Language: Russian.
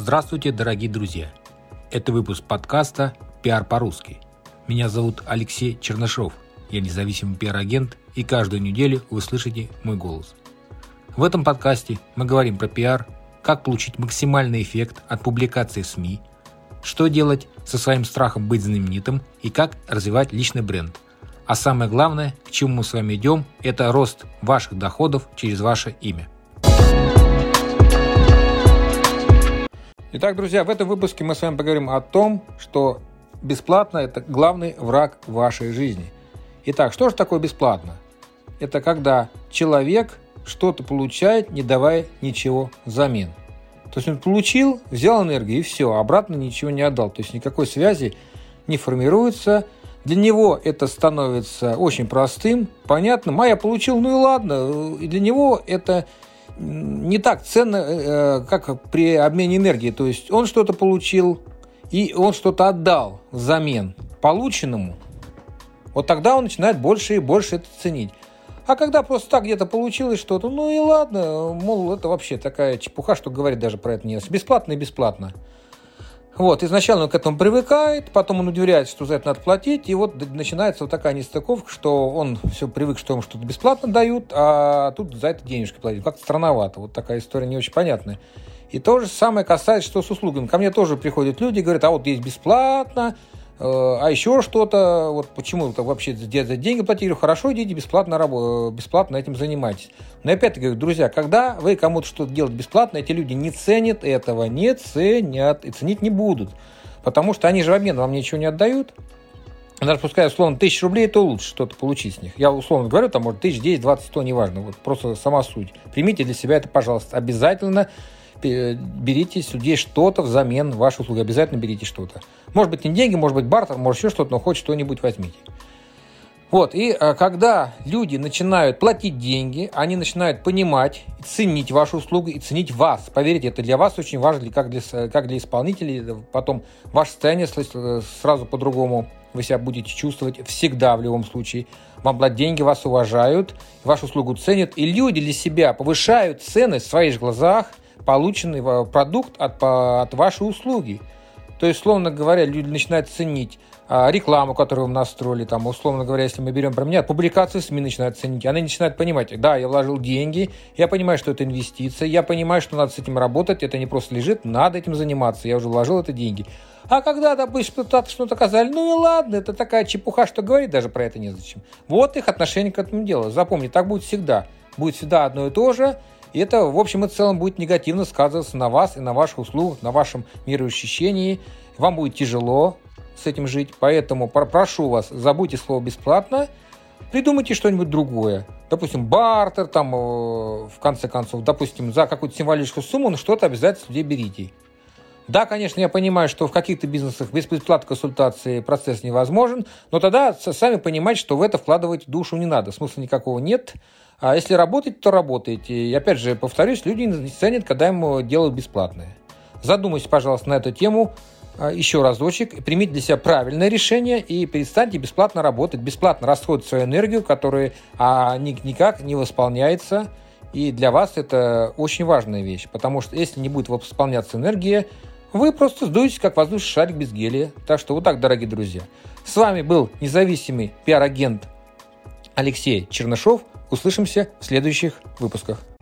Здравствуйте, дорогие друзья! Это выпуск подкаста «Пиар по-русски». Меня зовут Алексей Чернышов. Я независимый пиар-агент, и каждую неделю вы слышите мой голос. В этом подкасте мы говорим про пиар, как получить максимальный эффект от публикации в СМИ, что делать со своим страхом быть знаменитым и как развивать личный бренд. А самое главное, к чему мы с вами идем, это рост ваших доходов через ваше имя. Итак, друзья, в этом выпуске мы с вами поговорим о том, что бесплатно – это главный враг вашей жизни. Итак, что же такое бесплатно? Это когда человек что-то получает, не давая ничего взамен. То есть он получил, взял энергию и все, обратно ничего не отдал. То есть никакой связи не формируется. Для него это становится очень простым, понятным. А я получил, ну и ладно. И для него это не так ценно, как при обмене энергии. То есть он что-то получил, и он что-то отдал взамен полученному. Вот тогда он начинает больше и больше это ценить. А когда просто так где-то получилось что-то, ну и ладно, мол, это вообще такая чепуха, что говорить даже про это нет. Бесплатно и бесплатно. Вот, изначально он к этому привыкает, потом он удивляется, что за это надо платить, и вот начинается вот такая нестыковка, что он все привык, что ему что-то бесплатно дают, а тут за это денежки платить. Как-то странновато, вот такая история не очень понятная. И то же самое касается, что с услугами. Ко мне тоже приходят люди и говорят, а вот есть бесплатно, а еще что-то, вот почему-то вообще за деньги платили, хорошо, идите бесплатно этим занимайтесь. Но опять-таки говорю, друзья, когда вы кому-то что-то делаете бесплатно, эти люди не ценят этого, не ценят и ценить не будут, потому что они же в обмен вам ничего не отдают. Даже пускай, условно, 1000 рублей, то лучше что-то получить с них. Я условно говорю, там, может, 1000, 10, 20, 100, неважно, вот просто сама суть. Примите для себя это, пожалуйста, обязательно. Берите с людей что-то взамен вашей услуги. Обязательно берите что-то. Может быть, не деньги, может быть, бартер, может еще что-то, но хоть что-нибудь возьмите. Вот, и когда люди начинают платить деньги, они начинают понимать, ценить вашу услугу и ценить вас. Поверьте, это для вас очень важно, как для исполнителей. Потом ваше состояние сразу по-другому вы себя будете чувствовать всегда, в любом случае. Вам платят деньги, вас уважают, вашу услугу ценят, и люди для себя повышают ценность в своих глазах, полученный продукт от вашей услуги. То есть, условно говоря, люди начинают ценить рекламу, которую вы настроили, там, условно говоря, если мы берем про меня, публикацию СМИ начинают ценить. Они начинают понимать, да, я вложил деньги, я понимаю, что это инвестиция, я понимаю, что надо с этим работать, это не просто лежит, надо этим заниматься, я уже вложил это деньги. А когда, допустим, что-то сказали, ну и ладно, это такая чепуха, что говорить даже про это незачем. Вот их отношение к этому делу. Запомни, так будет всегда. Будет всегда одно и то же. И это, в общем и целом, будет негативно сказываться на вас и на ваших услугах, на вашем мироощущении. Вам будет тяжело с этим жить, поэтому прошу вас, забудьте слово «бесплатно», придумайте что-нибудь другое. Допустим, бартер, там, в конце концов, допустим, за какую-то символическую сумму, но что-то обязательно с людей берите. Да, конечно, я понимаю, что в каких-то бизнесах без бесплатной консультации процесс невозможен, но тогда сами понимаете, что в это вкладывать душу не надо, смысла никакого нет. А если работаете, то работаете. И опять же, повторюсь, люди не ценят, когда ему делают бесплатное. Задумайтесь, пожалуйста, на эту тему еще разочек, примите для себя правильное решение и перестаньте бесплатно работать, бесплатно расходовать свою энергию, которая никак не восполняется. И для вас это очень важная вещь, потому что если не будет восполняться энергия, вы просто сдуетесь, как воздушный шарик без гелия. Так что вот так, дорогие друзья. С вами был независимый пиар-агент Алексей Чернышов. Услышимся в следующих выпусках.